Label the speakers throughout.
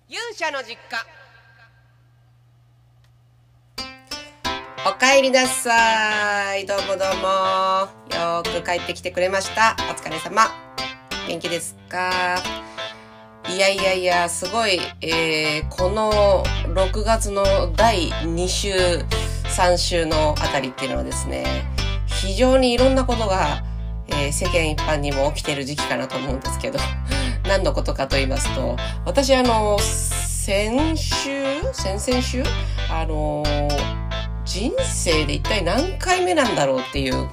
Speaker 1: 勇者の実家。
Speaker 2: おかえりなさい。どうもどうも。よーく帰ってきてくれました。お疲れ様。元気ですか？いや、すごい、この6月の第2週、3週のあたりっていうのはですね、非常にいろんなことが、世間一般にも起きてる時期かなと思うんですけど、何のことかと言いますと、私先々週人生で一体何回目なんだろうっていう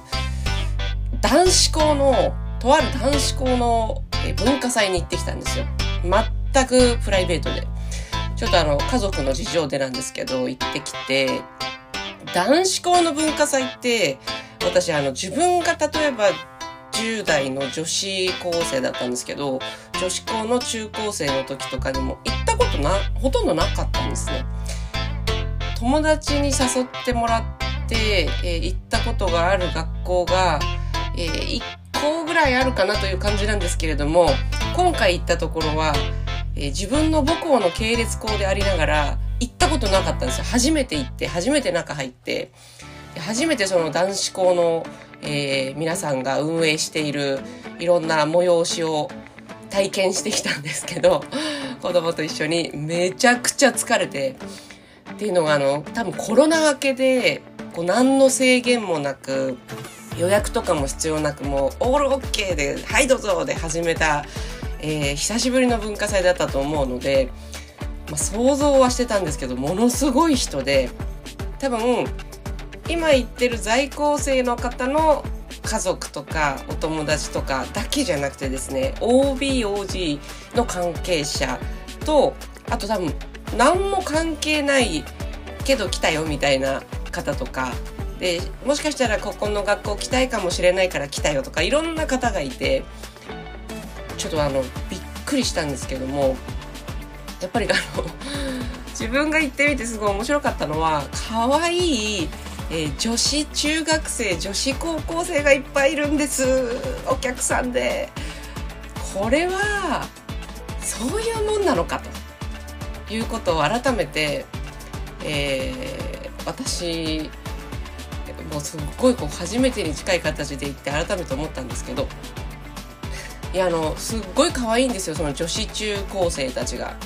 Speaker 2: とある男子校の文化祭に行ってきたんですよ。全くプライベートで。ちょっと家族の事情でなんですけど、行ってきて、男子校の文化祭って、私自分が例えば10代の女子高生だったんですけど、女子校の中高生の時とかにも行ったことほとんどなかったんですね。友達に誘ってもらって、行ったことがある学校が、1校ぐらいあるかなという感じなんですけれども、今回行ったところは、自分の母校の系列校でありながら行ったことなかったんですよ。初めて行って、初めて中入って、初めてその男子校の、皆さんが運営しているいろんな催しを体験してきたんですけど、子供と一緒にめちゃくちゃ疲れて、っていうのが多分コロナ明けで何の制限もなく予約とかも必要なく、もうオールオッケーではいどうぞで始めた、久しぶりの文化祭だったと思うので、想像はしてたんですけど、ものすごい人で、多分今言ってる在校生の方の家族とかお友達とかだけじゃなくてですね、 OB、OG の関係者と、あと多分何も関係ないけど来たよみたいな方とかで、もしかしたらここの学校来たいかもしれないから来たよとか、いろんな方がいて、ちょっとびっくりしたんですけども、やっぱり自分が行ってみてすごい面白かったのは、可愛い女子中学生、女子高校生がいっぱいいるんです。お客さんで。これはそういうもんなのかということを改めて、私もうすっごい初めてに近い形で行って改めて思ったんですけど、いやすっごい可愛いんですよ、その女子中高生たちが。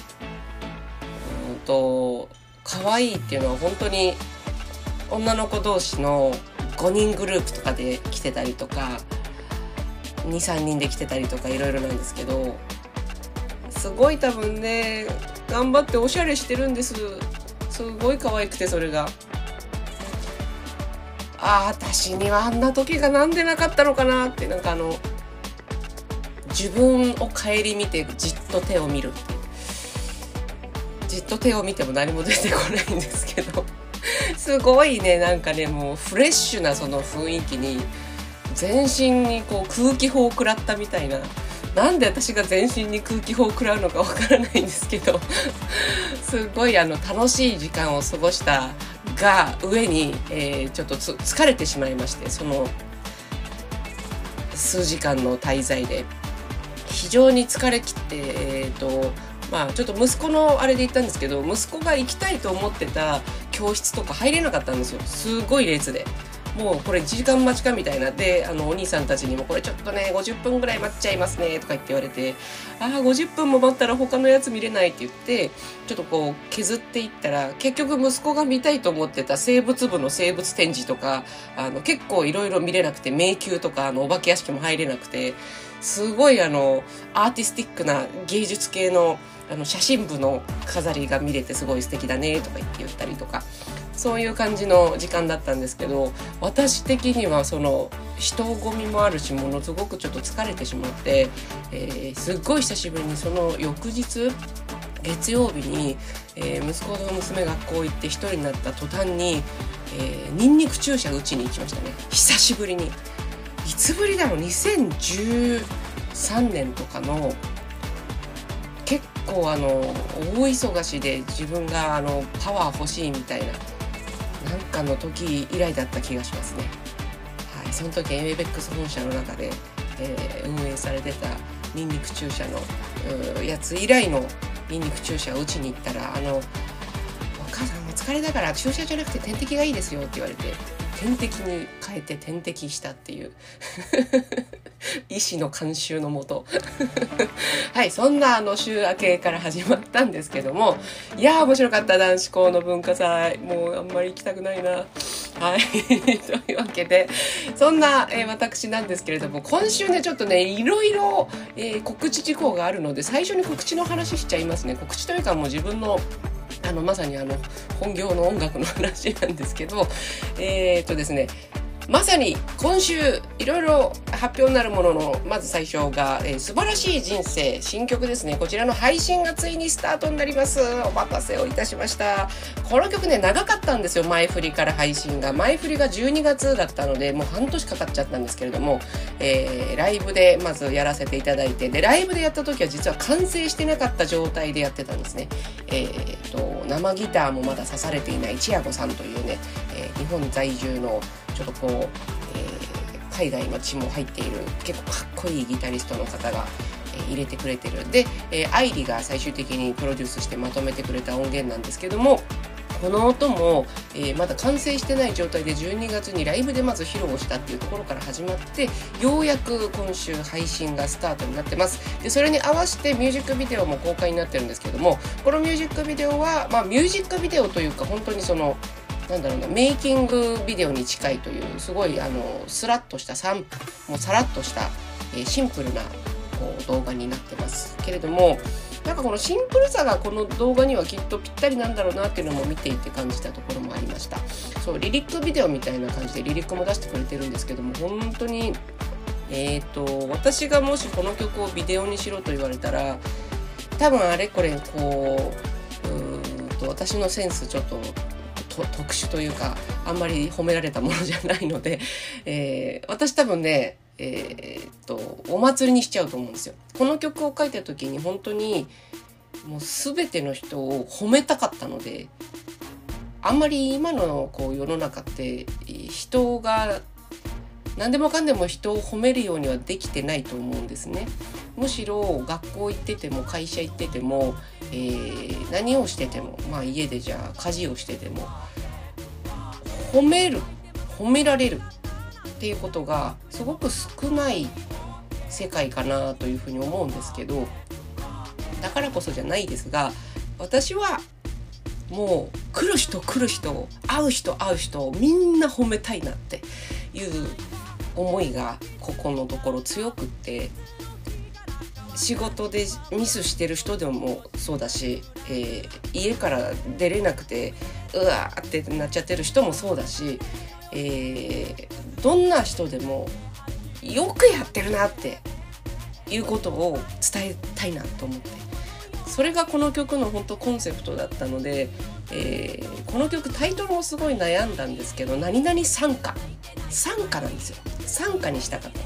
Speaker 2: 可愛いっていうのは本当に女の子同士の5人グループとかで来てたりとか、2、3人で来てたりとか、いろいろなんですけど、すごい多分ね、頑張っておしゃれしてるんです。すごい可愛くて、それが。私にはあんな時がなんでなかったのかなって、自分を顧みてじっと手を見るっていう。じっと手を見ても何も出てこないんですけど、すごいね、もうフレッシュなその雰囲気に、全身に空気砲を食らったみたいな。なんで私が全身に空気砲を食らうのかわからないんですけど、すごい楽しい時間を過ごしたが上に、ちょっと疲れてしまいまして、その数時間の滞在で非常に疲れ切って、ちょっと息子のあれで行ったんですけど、息子が行きたいと思ってた教室とか入れなかったんですよ。すごい列で、もうこれ1時間待ちかみたいな。でお兄さんたちにも、これちょっとね50分ぐらい待っちゃいますねとか言って言われて、50分も待ったら他のやつ見れないって言って、ちょっと削っていったら、結局息子が見たいと思ってた生物部の生物展示とか、結構いろいろ見れなくて、迷宮とかお化け屋敷も入れなくて、すごいアーティスティックな芸術系の写真部の飾りが見れて、すごい素敵だねとか言ったりとか、そういう感じの時間だったんですけど、私的にはその人混みもあるし、ものすごくちょっと疲れてしまって、すっごい久しぶりにその翌日月曜日に、息子と娘学校行って一人になった途端に、ニンニク注射打ちに行きましたね。久しぶりに。いつぶりだろう、2013年とかの、結構大忙しで自分がパワー欲しいみたいなの時以来だった気がしますね。はい、その時エイベックス本社の中で、運営されてたニンニク注射のやつ以来の筋肉注射を打ちに行ったら、お母さんお疲れだから注射じゃなくて点滴がいいですよって言われて、点滴に変えて点滴したっていう医師の監修のもとはい、そんな週明けから始まったんですけども、いやー面白かった。男子校の文化祭、もうあんまり行きたくないな。はいというわけで、そんな、私なんですけれども、今週ねちょっとねいろいろ、告知事項があるので、最初に告知の話しちゃいますね。告知というかもう自分のまさに本業の音楽の話なんですけど、ですね、まさに今週いろいろ発表になるものの、まず最初が、素晴らしい人生、新曲ですね。こちらの配信がついにスタートになります。お待たせをいたしました。この曲ね長かったんですよ。前振りから配信が12月だったので、もう半年かかっちゃったんですけれども、ライブでまずやらせていただいて、でライブでやった時は実は完成してなかった状態でやってたんですね。生ギターもまだ刺されていない千夜子さんというね、日本在住のちょっとこう、海外の血も入っている結構かっこいいギタリストの方が、入れてくれてる。で、愛理が最終的にプロデュースしてまとめてくれた音源なんですけども、この音も、まだ完成してない状態で12月にライブでまず披露したっていうところから始まって、ようやく今週配信がスタートになってます。でそれに合わせてミュージックビデオも公開になってるんですけども、このミュージックビデオは、ミュージックビデオというか本当にそのメイキングビデオに近いという、すごいスラッとしたもうさらっとした、シンプルなこう動画になってますけれども、なんかこのシンプルさがこの動画にはきっとぴったりなんだろうなっていうのも見ていて感じたところもありました。そうリリックビデオみたいな感じでリリックも出してくれてるんですけども、本当に私がもしこの曲をビデオにしろと言われたら、多分あれこれこう私のセンスちょっと特殊というか、あんまり褒められたものじゃないので、私多分ねお祭りにしちゃうと思うんですよ。この曲を書いた時に本当にもう全ての人を褒めたかったので、あんまり今のこう世の中って人が何でもかんでも人を褒めるようにはできてないと思うんですね。むしろ学校行ってても会社行ってても、何をしてても、家でじゃあ家事をしてても褒められるっていうことがすごく少ない世界かなというふうに思うんですけど、だからこそじゃないですが、私はもう来る人会う人みんな褒めたいなっていう思いがここのところ強くって、仕事でミスしてる人でもそうだし、家から出れなくてうわーってなっちゃってる人もそうだし、どんな人でもよくやってるなっていうことを伝えたいなと思って、それがこの曲の本当コンセプトだったので、この曲タイトルもすごい悩んだんですけど、何々賛歌なんですよ。賛歌にしたかった。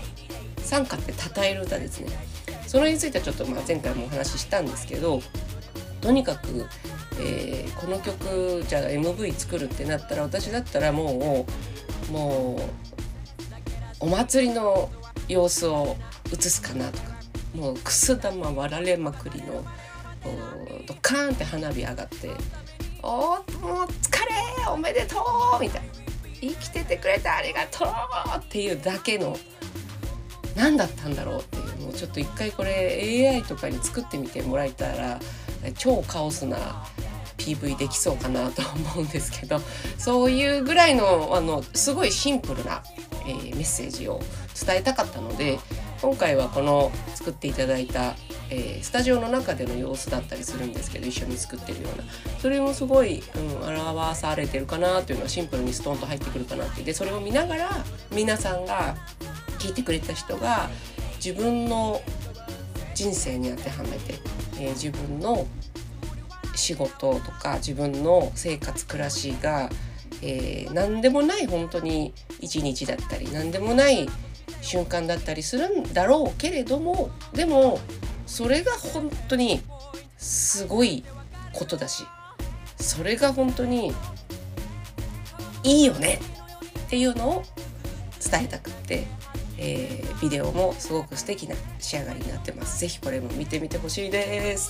Speaker 2: 賛歌って称える歌ですね。それについてはちょっと前回もお話ししたんですけど、とにかく、この曲じゃあ MV 作るってなったら、私だったらもうお祭りの様子を映すかなとか、もうくす玉割られまくりのドカーンって花火上がって、もう疲れおめでとうみたいな、生きててくれてありがとうっていうだけの、何だったんだろうっていうのをちょっと一回これ AI とかに作ってみてもらえたら超カオスな PV できそうかなと思うんですけど、そういうぐらいのすごいシンプルな、メッセージを伝えたかったので、今回はこの作っていただいた、スタジオの中での様子だったりするんですけど、一緒に作ってるような、それもすごい、表されてるかなというのはシンプルにストンと入ってくるかなって。でそれを見ながら皆さんが聞いてくれた人が自分の人生に当てはめて、自分の仕事とか自分の生活暮らしが、何でもない本当に一日だったり、何でもない瞬間だったりするんだろうけれども、でもそれが本当にすごいことだし、それが本当にいいよねっていうのを伝えたくって、ビデオもすごく素敵な仕上がりになってます。ぜひこれも見てみてほしいです。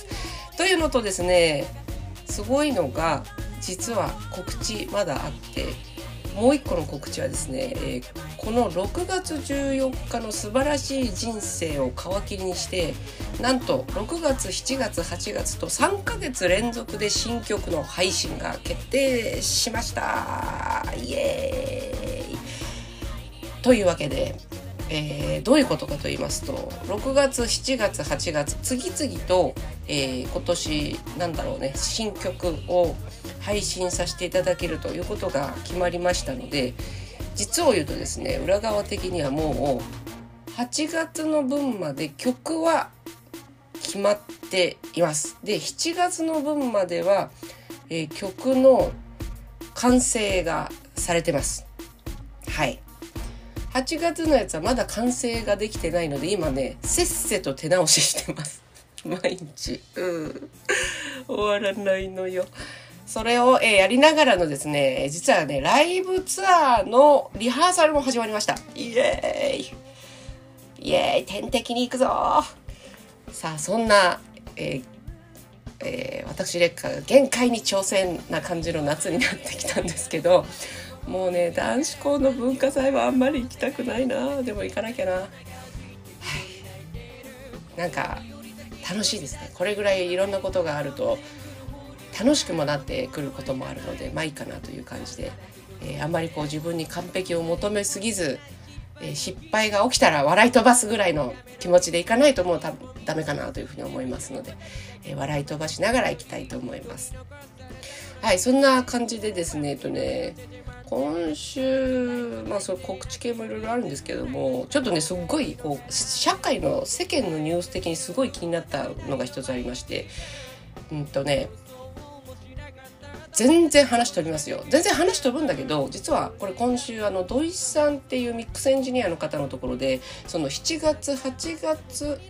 Speaker 2: というのとですね、すごいのが実は告知まだあって、もう一個の告知はですね、この6月14日の素晴らしい人生を皮切りにして、なんと6月7月8月と3ヶ月連続で新曲の配信が決定しました。イエーイというわけで、どういうことかと言いますと、6月7月8月次々と、今年新曲を配信させていただけるということが決まりましたので、実を言うとですね、裏側的にはもう8月の分まで曲は決まっています。で、7月の分までは、曲の完成がされてます。はい。8月のやつはまだ完成ができてないので、今ねせっせと手直ししてます毎日。終わらないのよ。それを、やりながらのですね、実はねライブツアーのリハーサルも始まりました。イエーイイエーイ、天敵に行くぞ。さあそんな、私レッカーが限界に挑戦な感じの夏になってきたんですけど、もうね男子校の文化祭はあんまり行きたくないな。でも行かなきゃな。はい、なんか楽しいですね。これぐらいいろんなことがあると楽しくもなってくることもあるので、まあいいかなという感じで、あんまりこう自分に完璧を求めすぎず、失敗が起きたら笑い飛ばすぐらいの気持ちでいかないともうダメかなというふうに思いますので、笑い飛ばしながらいきたいと思います。はい、そんな感じでですね、今週、その告知系もいろいろあるんですけども、ちょっとねすっごいこう社会の世間のニュース的にすごい気になったのが一つありまして、全然話飛びますよ。全然話飛ぶんだけど、実はこれ今週土井さんっていうミックスエンジニアの方のところで、その7月8月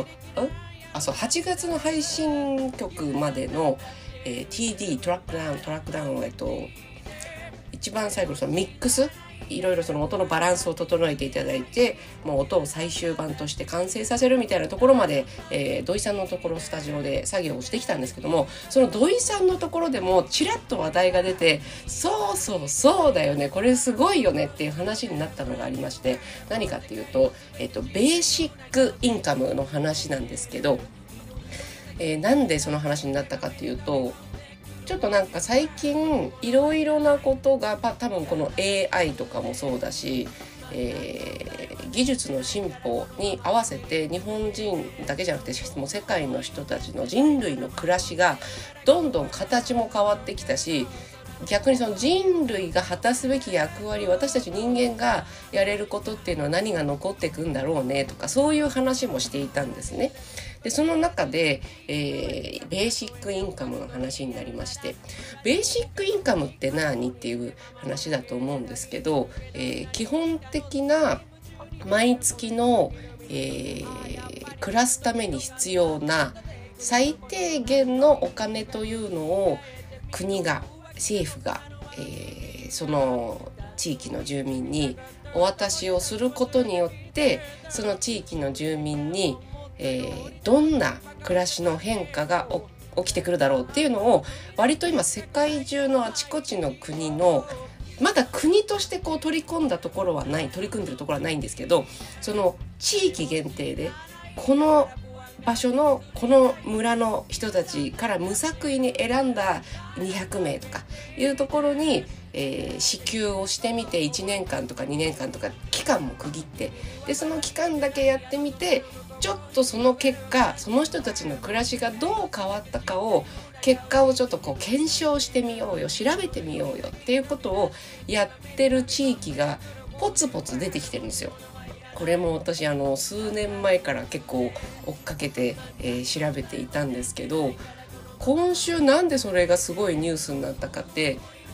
Speaker 2: 8月の配信曲までの、TD トラックダウン一番最後のそのミックス、いろいろその音のバランスを整えていただいて、もう音を最終版として完成させるみたいなところまで、土井さんのところスタジオで作業をしてきたんですけども、その土井さんのところでもちらっと話題が出て、そうだよね、これすごいよねっていう話になったのがありまして、何かっていうと、ベーシックインカムの話なんですけど、なんでその話になったかっていうと、ちょっとなんか最近いろいろなことが多分この AI とかもそうだし、技術の進歩に合わせて日本人だけじゃなくてもう世界の人たちの人類の暮らしがどんどん形も変わってきたし、逆にその人類が果たすべき役割、私たち人間がやれることっていうのは何が残っていくんだろうねとか、そういう話もしていたんですね。でその中で、ベーシックインカムの話になりまして、ベーシックインカムって何っていう話だと思うんですけど、基本的な毎月の、暮らすために必要な最低限のお金というのを国が、政府が、その地域の住民にお渡しをすることによって、その地域の住民にどんな暮らしの変化が起きてくるだろうっていうのを、割と今世界中のあちこちの国の、まだ国としてこう取り組んでるところはないんですけど、その地域限定でこの場所のこの村の人たちから無作為に選んだ200名とかいうところに、支給をしてみて、1年間とか2年間とか期間も区切って、でその期間だけやってみて、ちょっとその結果、その人たちの暮らしがどう変わったかを、結果をちょっとこう検証してみようよ、調べてみようよっていうことをやってる地域がポツポツ出てきてるんですよ。これも私数年前から結構追っかけて、調べていたんですけど、今週なんでそれがすごいニュースになったかって、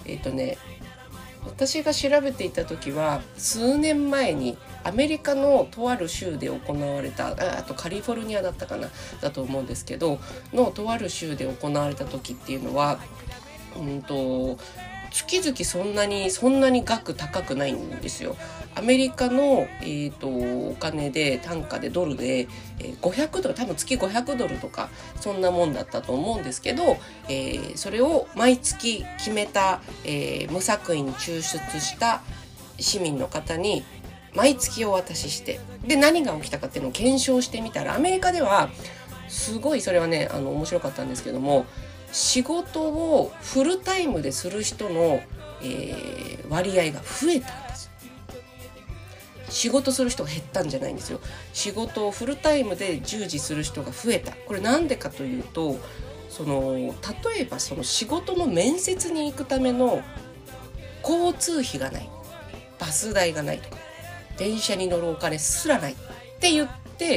Speaker 2: 私が調べていた時は数年前にアメリカのとある州で行われた、あとカリフォルニアだったかなだと思うんですけどのとある州で行われた時っていうのは、 月々そんなに額高くないんですよ。アメリカの、お金で単価でドルで、500ドル、多分月500ドルとかそんなもんだったと思うんですけど、それを毎月決めた、無作為に抽出した市民の方に毎月お渡しして、で何が起きたかっていうのを検証してみたら、アメリカではすごいそれはね面白かったんですけども、仕事をフルタイムでする人の、割合が増えたんです。仕事する人が減ったんじゃないんですよ。仕事をフルタイムで従事する人が増えた。これなんでかというと、例えばその仕事の面接に行くための交通費がない、バス代がないとか、電車に乗るお金すらないって言って、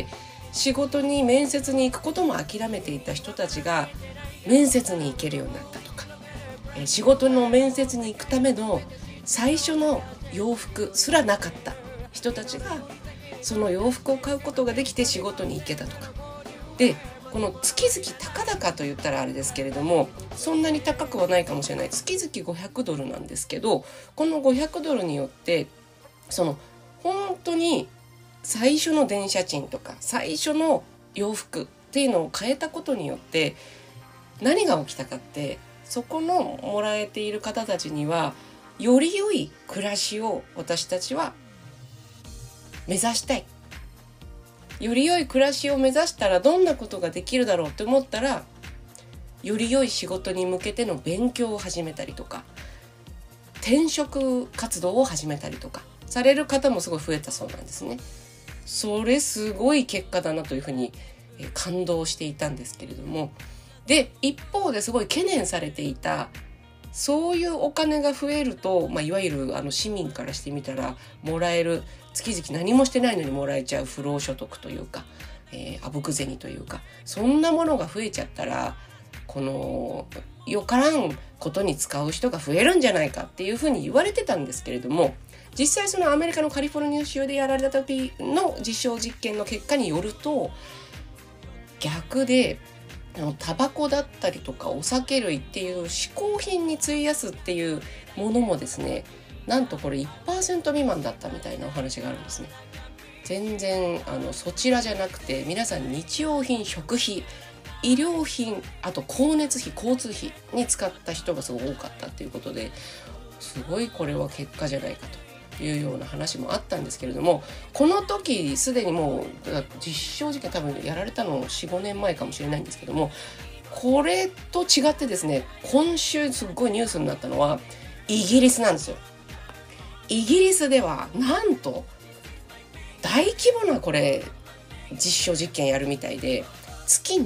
Speaker 2: 仕事に面接に行くことも諦めていた人たちが面接に行けるようになったとか、仕事の面接に行くための最初の洋服すらなかった人たちがその洋服を買うことができて仕事に行けたとかで、この月々高々と言ったらあれですけれども、そんなに高くはないかもしれない、月々500ドルなんですけど、この500ドルによってその本当に最初の電車賃とか最初の洋服っていうのを変えたことによって何が起きたかって、そこのもらえている方たちにはより良い暮らしを私たちは目指したい。より良い暮らしを目指したらどんなことができるだろうって思ったら、より良い仕事に向けての勉強を始めたりとか、転職活動を始めたりとかされる方もすごい増えたそうなんですね。それすごい結果だなというふうに感動していたんですけれども、で一方ですごい懸念されていた、そういうお金が増えると、いわゆる市民からしてみたらもらえる、月々何もしてないのにもらえちゃう不労所得というか、あぶく銭というか、そんなものが増えちゃったら、このよからんことに使う人が増えるんじゃないかっていうふうに言われてたんですけれども、実際そのアメリカのカリフォルニア州でやられた時の実証実験の結果によると、逆でタバコだったりとかお酒類っていう嗜好品に費やすっていうものもですね、なんとこれ 1% 未満だったみたいなお話があるんですね。全然そちらじゃなくて、皆さん日用品、食費、医療品、あと光熱費、交通費に使った人がすごい多かったっていうことで、すごいこれは結果じゃないかというような話もあったんですけれども、この時すでにもう実証実験多分やられたの 4,5 年前かもしれないんですけども、これと違ってですね、今週すっごいニュースになったのはイギリスなんですよ。イギリスではなんと大規模なこれ実証実験やるみたいで、月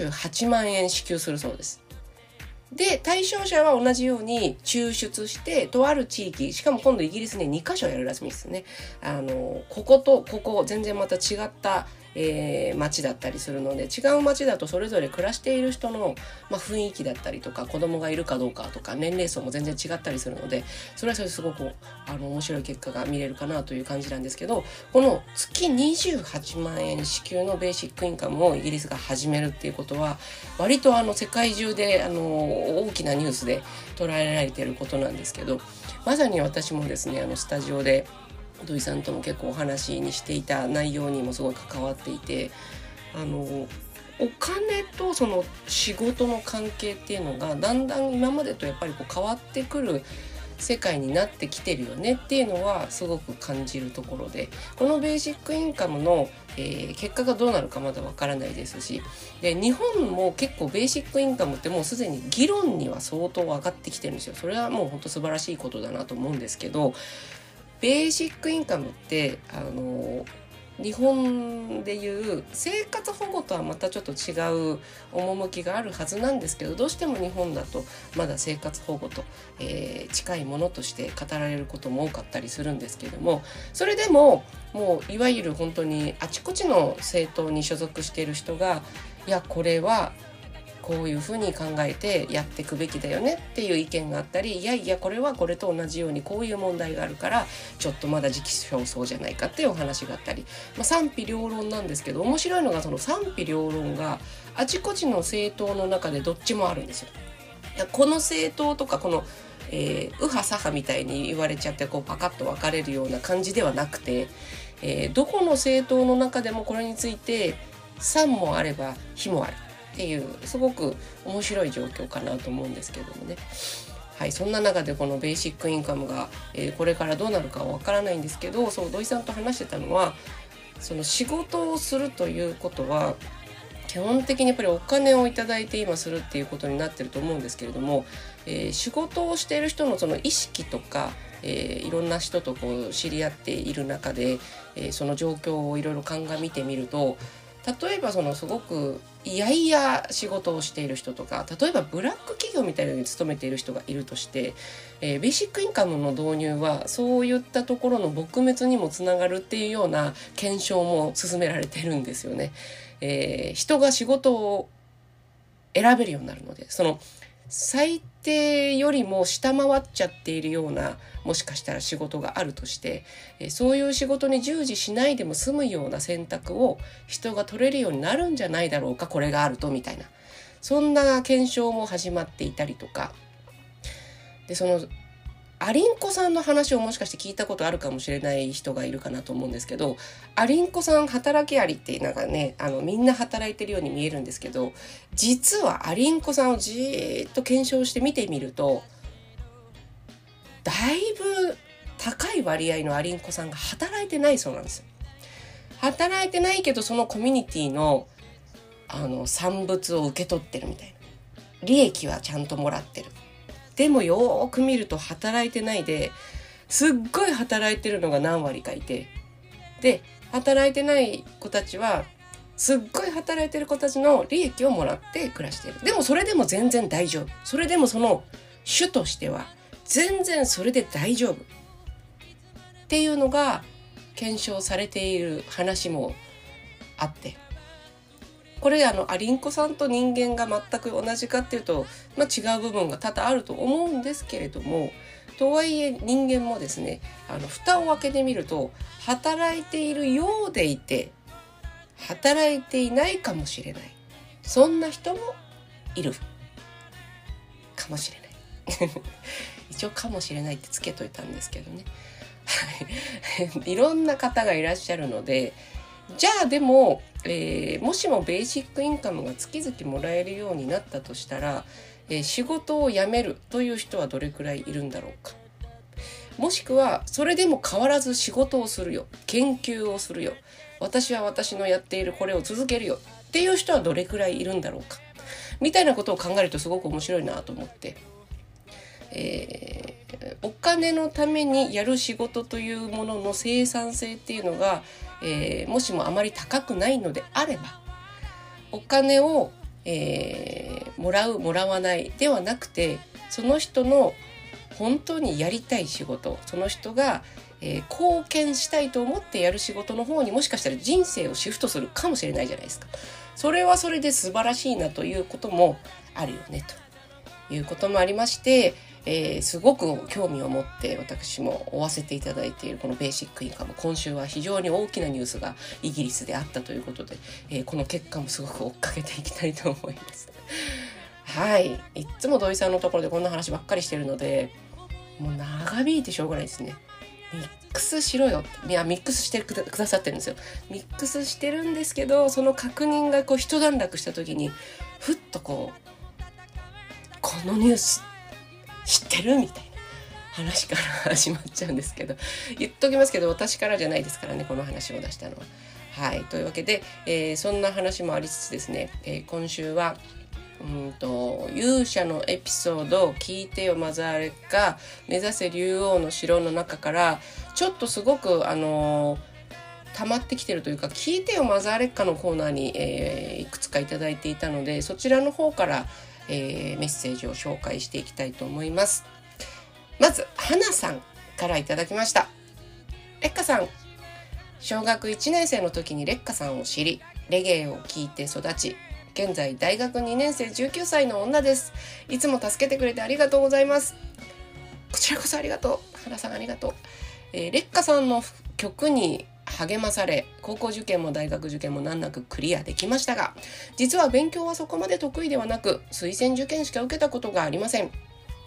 Speaker 2: 28万円支給するそうです。で対象者は同じように抽出してとある地域、しかも今度イギリスね2カ所やるらしいんですね。こことここ全然また違った町だったりするので、違う町だとそれぞれ暮らしている人の、雰囲気だったりとか、子供がいるかどうかとか年齢層も全然違ったりするので、それはそれすごく面白い結果が見れるかなという感じなんですけど、この月28万円支給のベーシックインカムをイギリスが始めるっていうことは、割と世界中で大きなニュースで捉えられていることなんですけど、まさに私もですねスタジオで土井さんとも結構お話にしていた内容にもすごい関わっていて、お金とその仕事の関係っていうのがだんだん今までとやっぱり変わってくる世界になってきてるよねっていうのはすごく感じるところで、このベーシックインカムの、結果がどうなるかまだわからないですし、で日本も結構ベーシックインカムってもうすでに議論には相当上がってきてるんですよ。それはもう本当素晴らしいことだなと思うんですけど、ベーシックインカムって日本でいう生活保護とはまたちょっと違う趣があるはずなんですけど、どうしても日本だとまだ生活保護と、近いものとして語られることも多かったりするんですけども、それでももういわゆる本当にあちこちの政党に所属している人が、いやこれはこういうふうに考えてやっていくべきだよねっていう意見があったり、いやいやこれはこれと同じようにこういう問題があるからちょっとまだ時期尚早じゃないかっていうお話があったり、賛否両論なんですけど、面白いのがその賛否両論があちこちの政党の中でどっちもあるんですよ。いやこの政党とかこの右派左派みたいに言われちゃってこうパカッと分かれるような感じではなくて、どこの政党の中でもこれについて賛もあれば非もあるっていうすごく面白い状況かなと思うんですけどもね。はい、そんな中でこのベーシックインカムが、これからどうなるかはわからないんですけど、そう土井さんと話してたのは、その仕事をするということは基本的にやっぱりお金をいただいて今するっていうことになってると思うんですけれども、仕事をしている人のその意識とか、いろんな人とこう知り合っている中で、その状況をいろいろ鑑みてみると、例えばそのすごくいやいや仕事をしている人とか、例えばブラック企業みたいなのに勤めている人がいるとして、ベーシックインカムの導入はそういったところの撲滅にもつながるっていうような検証も進められてるんですよね。人が仕事を選べるようになるので、その最低よりも下回っちゃっているようなもしかしたら仕事があるとして、そういう仕事に従事しないでも済むような選択を人が取れるようになるんじゃないだろうか、これがあるとみたいな、そんな検証も始まっていたりとかで、そのアリンコさんの話をもしかして聞いたことあるかもしれない人がいるかなと思うんですけど、アリンコさん働きアリってなんかね、みんな働いてるように見えるんですけど、実はアリンコさんをじーっと検証して見てみると、だいぶ高い割合のアリンコさんが働いてないそうなんですよ。働いてないけどそのコミュニティの産物を受け取ってるみたいな、利益はちゃんともらってる。でもよーく見ると働いてないで、すっごい働いてるのが何割かいて、で働いてない子たちはすっごい働いてる子たちの利益をもらって暮らしている。でもそれでも全然大丈夫。それでもその主としては全然それで大丈夫っていうのが検証されている話もあって、これアリンコさんと人間が全く同じかっていうと、違う部分が多々あると思うんですけれども、とはいえ人間もですね、蓋を開けてみると働いているようでいて働いていないかもしれない、そんな人もいるかもしれない一応かもしれないってつけといたんですけどねいろんな方がいらっしゃるので、じゃあでも、もしもベーシックインカムが月々もらえるようになったとしたら、仕事を辞めるという人はどれくらいいるんだろうか。もしくはそれでも変わらず仕事をするよ、研究をするよ、私は私のやっているこれを続けるよっていう人はどれくらいいるんだろうか、みたいなことを考えるとすごく面白いなと思って、お金のためにやる仕事というものの生産性っていうのが、もしもあまり高くないのであれば、お金を、もらうもらわないではなくて、その人の本当にやりたい仕事、その人が、貢献したいと思ってやる仕事の方にもしかしたら人生をシフトするかもしれないじゃないですか。それはそれで素晴らしいなということもあるよねということもありまして、すごく興味を持って私も追わせていただいているこのベーシックインカム、今週は非常に大きなニュースがイギリスであったということで、この結果もすごく追っかけていきたいと思いますはい、いつも土井さんのところでこんな話ばっかりしてるので、もう長引いてしょうがないですね。ミックスしろよって、いやミックスしてくださってるんですよ。ミックスしてるんですけど、その確認がこう一段落した時にふっとこのニュース知ってるみたいな話から始まっちゃうんですけど、言っときますけど私からじゃないですからね、この話を出したのは。はい、というわけで、そんな話もありつつですね、今週は勇者のエピソードを聞いてよマザーレッカ目指せ竜王の城の中からちょっとすごく溜まってきてるというか、聞いてよマザーレッカのコーナーに、いくつかいただいていたので、そちらの方からメッセージを紹介していきたいと思います。まず花さんからいただきました。レッカさん、小学1年生の時にレッカさんを知り、レゲエを聴いて育ち、現在大学2年生19歳の女です。いつも助けてくれてありがとうございます。こちらこそありがとう。花さんありがとう。レッカさんの曲に励まされ、高校受験も大学受験も難なくクリアできましたが、実は勉強はそこまで得意ではなく、推薦受験しか受けたことがありません。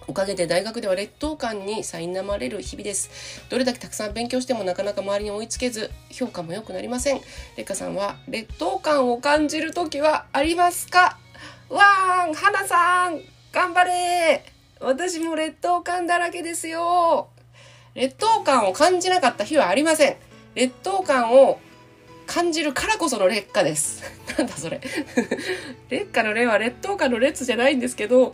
Speaker 2: おかげで大学では劣等感に苛まれる日々です。どれだけたくさん勉強してもなかなか周りに追いつけず、評価も良くなりません。レカさんは劣等感を感じるときはありますか？わーん、花さん、頑張れー。私も劣等感だらけですよ。劣等感を感じなかった日はありません。劣等感を感じるからこその劣化です。なんだそれ。劣化の劣は劣等感の劣じゃないんですけど、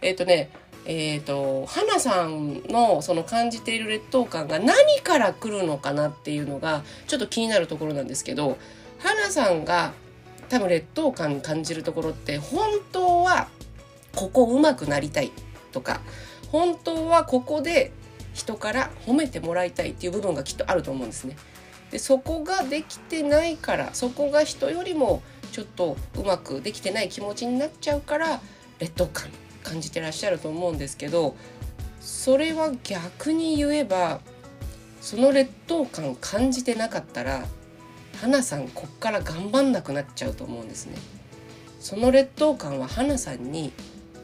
Speaker 2: 花さんのその感じている劣等感が何から来るのかなっていうのがちょっと気になるところなんですけど、花さんが多分劣等感感じるところって本当はここ上手くなりたいとか、本当はここで人から褒めてもらいたいっていう部分がきっとあると思うんですね。でそこができてないから、そこが人よりもちょっとうまくできてない気持ちになっちゃうから劣等感感じてらっしゃると思うんですけど、それは逆に言えば、その劣等感感じてなかったら花さんこっから頑張んなくなっちゃうと思うんですね。その劣等感は花さんに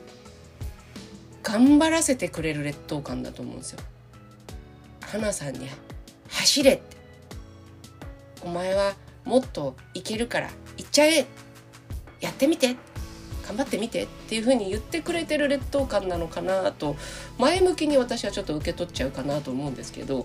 Speaker 2: 頑張らせてくれる劣等感だと思うんですよ。花さんに走れって、お前はもっといけるから行っちゃえ、やってみて、頑張ってみてっていう風に言ってくれてる劣等感なのかなと、前向きに私はちょっと受け取っちゃうかなと思うんですけど、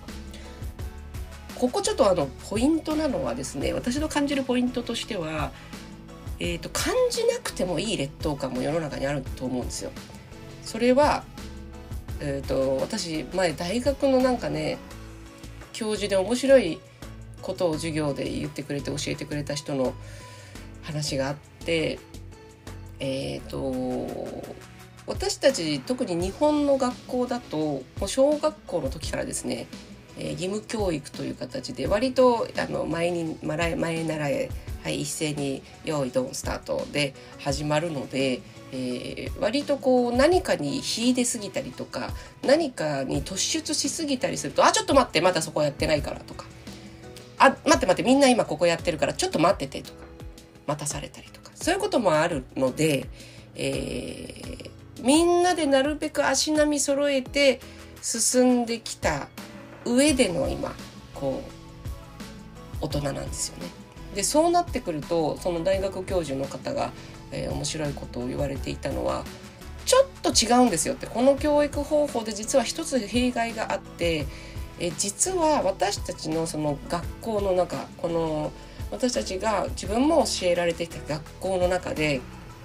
Speaker 2: ここちょっとポイントなのはですね、私の感じるポイントとしては、感じなくてもいい劣等感も世の中にあると思うんですよ。それは、私前大学の教授で面白いことを授業で言ってくれて教えてくれた人の話があって、私たち特に日本の学校だともう小学校の時からですね、義務教育という形で割と前習え、はい、一斉に用意ドンスタートで始まるので、割とこう何かに秀ですぎたりとか何かに突出しすぎたりすると、ちょっと待って、まだそこやってないからとか、待ってみんな今ここやってるからちょっと待っててとか待たされたりとか、そういうこともあるので、みんなでなるべく足並み揃えて進んできた上での今こう大人なんですよね。でそうなってくると、その大学教授の方が、面白いことを言われていたのは、ちょっと違うんですよって。この教育方法で実は一つ弊害があって、実は私たちのその学校の中、この私たちが自分も教えられていた学校の中で、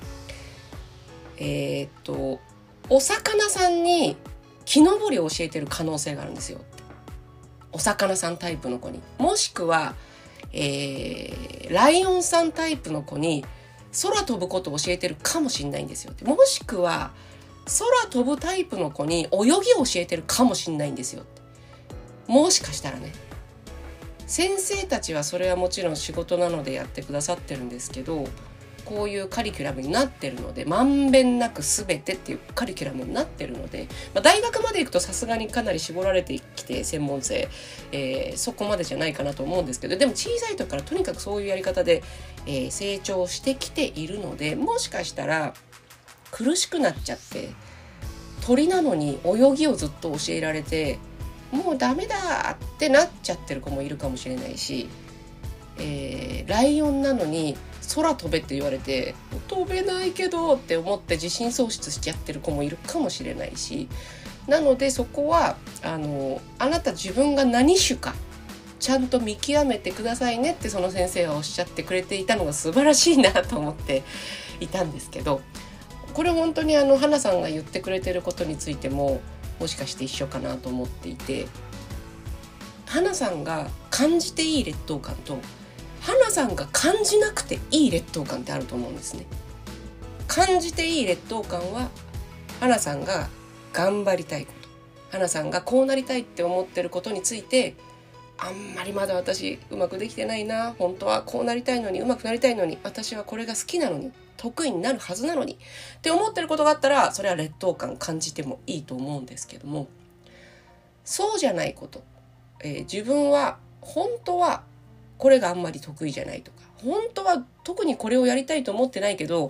Speaker 2: お魚さんに木登りを教えてる可能性があるんですよ。お魚さんタイプの子に、もしくは、ライオンさんタイプの子に空飛ぶことを教えてるかもしれないんですよ。もしくは空飛ぶタイプの子に泳ぎを教えてるかもしれないんですよ。もしかしたらね、先生たちはそれはもちろん仕事なのでやってくださってるんですけど、こういうカリキュラムになってるので、まんべんなく全てっていうカリキュラムになってるので、大学まで行くとさすがにかなり絞られてきて専門性、そこまでじゃないかなと思うんですけど、でも小さい時からとにかくそういうやり方で、成長してきているので、もしかしたら苦しくなっちゃって鳥なのに泳ぎをずっと教えられてもうダメだってなっちゃってる子もいるかもしれないし、ライオンなのに空飛べって言われて飛べないけどって思って自信喪失しちゃってる子もいるかもしれないし、なのでそこはあなた自分が何種かちゃんと見極めてくださいねってその先生はおっしゃってくれていたのが素晴らしいなと思っていたんですけど、これ本当に花さんが言ってくれてることについてももしかして一緒かなと思っていて、花さんが感じていい劣等感と花さんが感じなくていい劣等感ってあると思うんですね。感じていい劣等感は花さんが頑張りたいこと、花さんがこうなりたいって思ってることについて、あんまりまだ私うまくできてないな、本当はこうなりたいのに、うまくなりたいのに、私はこれが好きなのに、得意になるはずなのにって思ってることがあったら、それは劣等感感じてもいいと思うんですけども、そうじゃないこと、自分は本当はこれがあんまり得意じゃないとか、本当は特にこれをやりたいと思ってないけど、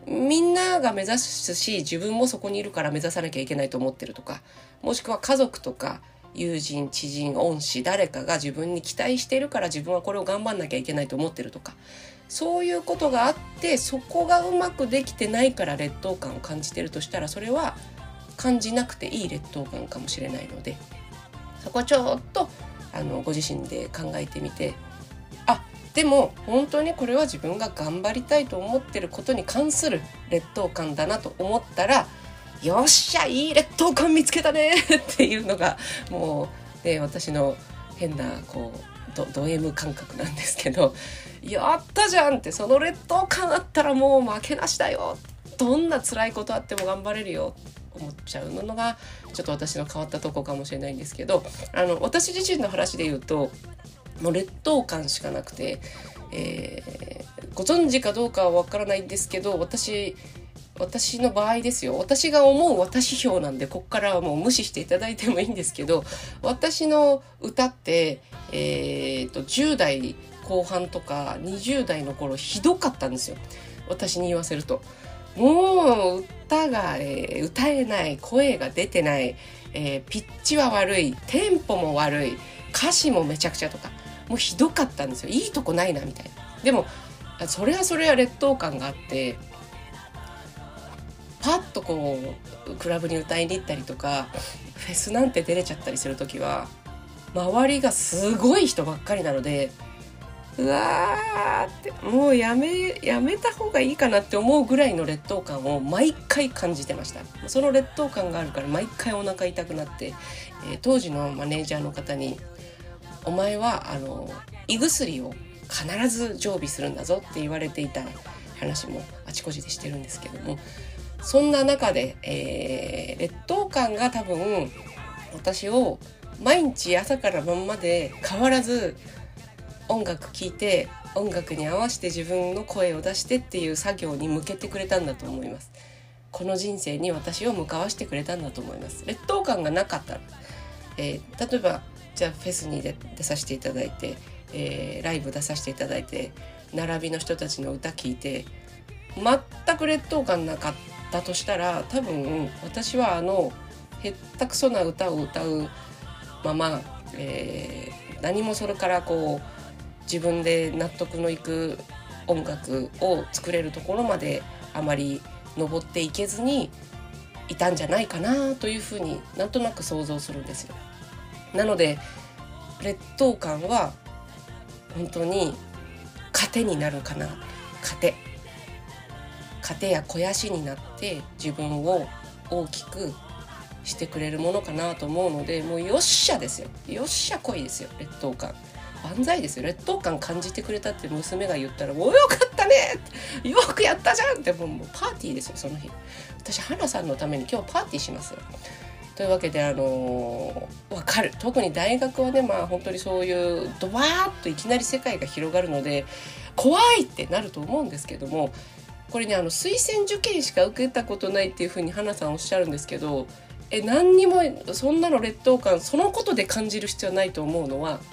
Speaker 2: みんなが目指すし、自分もそこにいるから目指さなきゃいけないと思ってるとか、もしくは家族とか友人、知人、恩師、誰かが自分に期待しているから自分はこれを頑張んなきゃいけないと思ってるとか、そういうことがあって、そこがうまくできてないから劣等感を感じてるとしたら、それは感じなくていい劣等感かもしれないので、そこはちょっとご自身で考えてみて、でも本当にこれは自分が頑張りたいと思ってることに関する劣等感だなと思ったら、よっしゃ、いい劣等感見つけたねっていうのがもう、私の変なド M 感覚なんですけど、やったじゃんって、その劣等感あったらもう負けなしだよ、どんな辛いことあっても頑張れるよ思っちゃうのがちょっと私の変わったとこかもしれないんですけど、私自身の話で言うと、もう劣等感しかなくて、ご存知かどうかはわからないんですけど、私の場合ですよ、私が思う私票なんで、こっからはもう無視していただいてもいいんですけど、私の歌って、10代後半とか20代の頃ひどかったんですよ、私に言わせると。もう歌が、歌えない、声が出てない、ピッチは悪い、テンポも悪い、歌詞もめちゃくちゃとか、もうひどかったんですよ。いいとこないなみたいな。でもそれは劣等感があって、パッとクラブに歌いに行ったりとか、フェスなんて出れちゃったりするときは、周りがすごい人ばっかりなので、うわーってもうやめた方がいいかなって思うぐらいの劣等感を毎回感じてました。その劣等感があるから毎回お腹痛くなって、当時のマネージャーの方に、お前は胃薬を必ず常備するんだぞって言われていた話もあちこちでしてるんですけども、そんな中で、劣等感が多分私を毎日朝から晩まで変わらず音楽聴いて、音楽に合わせて自分の声を出してっていう作業に向けてくれたんだと思います。この人生に私を向かわしてくれたんだと思います。劣等感がなかったら、例えばじゃあフェスに出させていただいて、ライブ出させていただいて、並びの人たちの歌聴いて全く劣等感なかったとしたら、多分私はへったくそな歌を歌うまま、何もそれから自分で納得のいく音楽を作れるところまであまり登っていけずにいたんじゃないかなというふうになんとなく想像するんですよ。なので劣等感は本当に糧になるかな。糧や肥やしになって自分を大きくしてくれるものかなと思うので、もうよっしゃですよ、よっしゃ来いですよ、劣等感万歳ですよ。劣等感感じてくれたって娘が言ったら、もうよかったね、よくやったじゃんって、もうパーティーですよその日。私花さんのために今日パーティーしますよ。というわけで分かる。特に大学はね、本当にそういうドバーッといきなり世界が広がるので怖いってなると思うんですけども、これね推薦受験しか受けたことないっていうふうに花さんおっしゃるんですけど、何にもそんなの劣等感そのことで感じる必要ないと思うのは、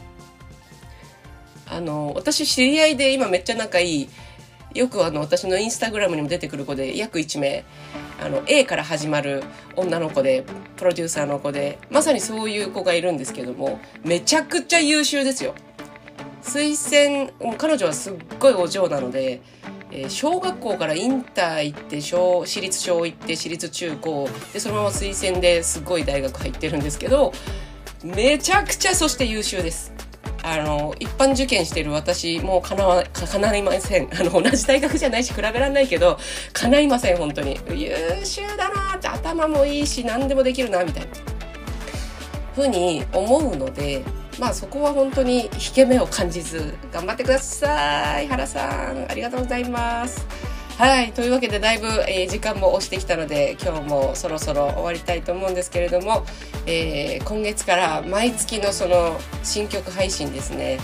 Speaker 2: 私知り合いで今めっちゃ仲いい、よく私のインスタグラムにも出てくる子で約1名A から始まる女の子で、プロデューサーの子で、まさにそういう子がいるんですけども、めちゃくちゃ優秀ですよ。推薦、彼女はすっごいお嬢なので、小学校からインター行って私立小行って私立中高で、そのまま推薦ですごい大学入ってるんですけど、めちゃくちゃそして優秀です。一般受験してる私もう叶いません。同じ大学じゃないし比べられないけど叶いません。本当に優秀だなって、頭もいいし何でもできるなみたいな風に思うので、そこは本当に引け目を感じず頑張ってください。原さんありがとうございます。はい、というわけでだいぶ、時間も押してきたので今日もそろそろ終わりたいと思うんですけれども、今月から毎月のその新曲配信ですね、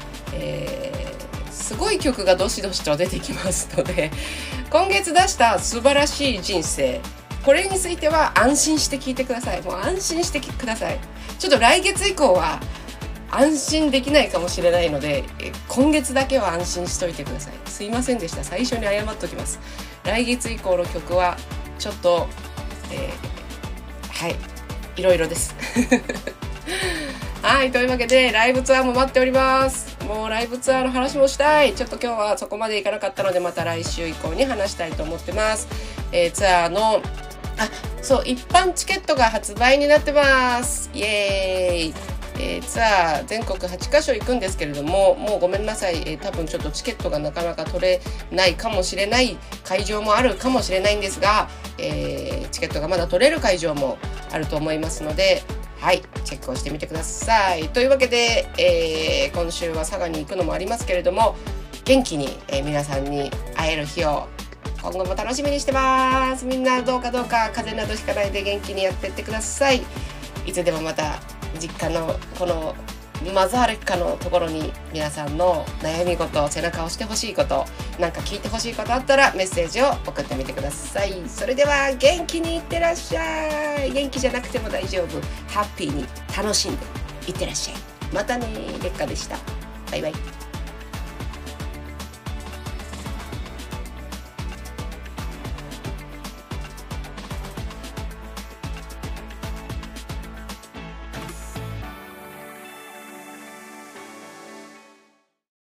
Speaker 2: すごい曲がどしどしと出てきますので、今月出した素晴らしい人生、これについては安心して聞いてください。もう安心してください。ちょっと来月以降は安心できないかもしれないので、今月だけは安心しといてください。すいませんでした。最初に謝っときます。来月以降の曲はちょっと、はい、いろいろですはい、というわけでライブツアーも待っております。もうライブツアーの話もしたい。ちょっと今日はそこまでいかなかったので、また来週以降に話したいと思ってます。ツアーのそう、一般チケットが発売になってます。イエーイ。ツアー全国8カ所行くんですけれども、もうごめんなさい、多分ちょっとチケットがなかなか取れないかもしれない、会場もあるかもしれないんですが、チケットがまだ取れる会場もあると思いますので、はい、チェックをしてみてください。というわけで、今週は佐賀に行くのもありますけれども、元気に、皆さんに会える日を今後も楽しみにしてます。みんなどうか風邪などひかないで元気にやってってください。いつでもまた実家のこのマザーレッカのところに皆さんの悩み事、背中を押してほしいこと、なんか聞いてほしいことあったらメッセージを送ってみてください。それでは元気にいってらっしゃい。元気じゃなくても大丈夫。ハッピーに楽しんでいってらっしゃい。またね。レッカでした。バイバイ。